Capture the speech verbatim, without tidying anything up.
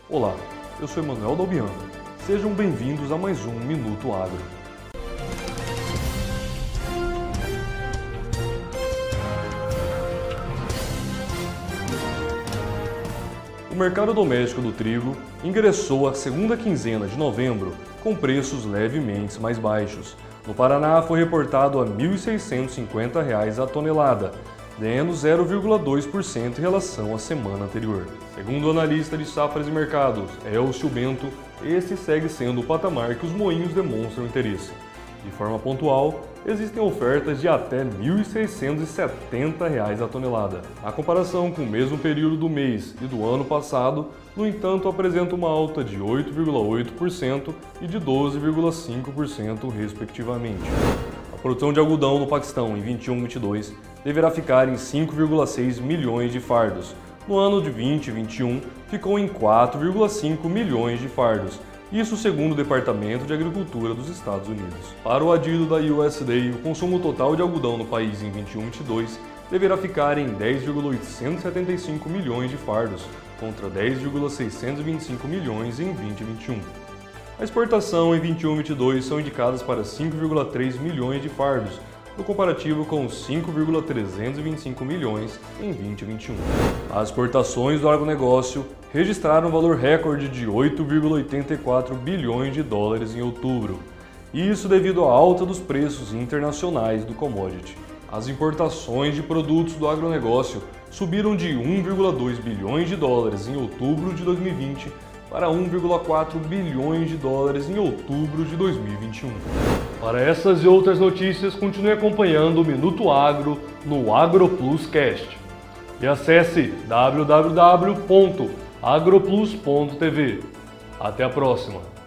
Olá, eu sou Emanuel Dalbiano. Sejam bem-vindos a mais um Minuto Agro. O mercado doméstico do trigo ingressou a segunda quinzena de novembro com preços levemente mais baixos. No Paraná foi reportado a mil seiscentos e cinquenta reais a tonelada, ganhando zero vírgula dois por cento em relação à semana anterior. Segundo o analista de safras e mercados, Elcio Bento, esse segue sendo o patamar que os moinhos demonstram interesse. De forma pontual, existem ofertas de até mil seiscentos e setenta reais a tonelada. A comparação com o mesmo período do mês e do ano passado, no entanto, apresenta uma alta de oito vírgula oito por cento e de doze vírgula cinco por cento, respectivamente. A produção de algodão no Paquistão em vinte e um vinte e dois deverá ficar em cinco vírgula seis milhões de fardos. No ano de vinte e vinte e um, ficou em quatro vírgula cinco milhões de fardos. Isso segundo o Departamento de Agricultura dos Estados Unidos. Para o adido da U S D A, o consumo total de algodão no país em vinte e um vinte e dois deverá ficar em dez vírgula oitocentos e setenta e cinco milhões de fardos, contra dez vírgula seiscentos e vinte e cinco milhões em vinte e vinte e um. A exportação em vinte e um vinte e dois são indicadas para cinco vírgula três milhões de fardos, no comparativo com cinco vírgula trezentos e vinte e cinco milhões em vinte e vinte e um. As exportações do agronegócio registraram um valor recorde de oito vírgula oitenta e quatro bilhões de dólares em outubro, e isso devido à alta dos preços internacionais do commodity. As importações de produtos do agronegócio subiram de um vírgula dois bilhões de dólares em outubro de dois mil e vinte para um vírgula quatro bilhões de dólares em outubro de dois mil e vinte e um. Para essas e outras notícias, continue acompanhando o Minuto Agro no AgroPlusCast. E acesse w w w ponto agroplus ponto t v. Até a próxima!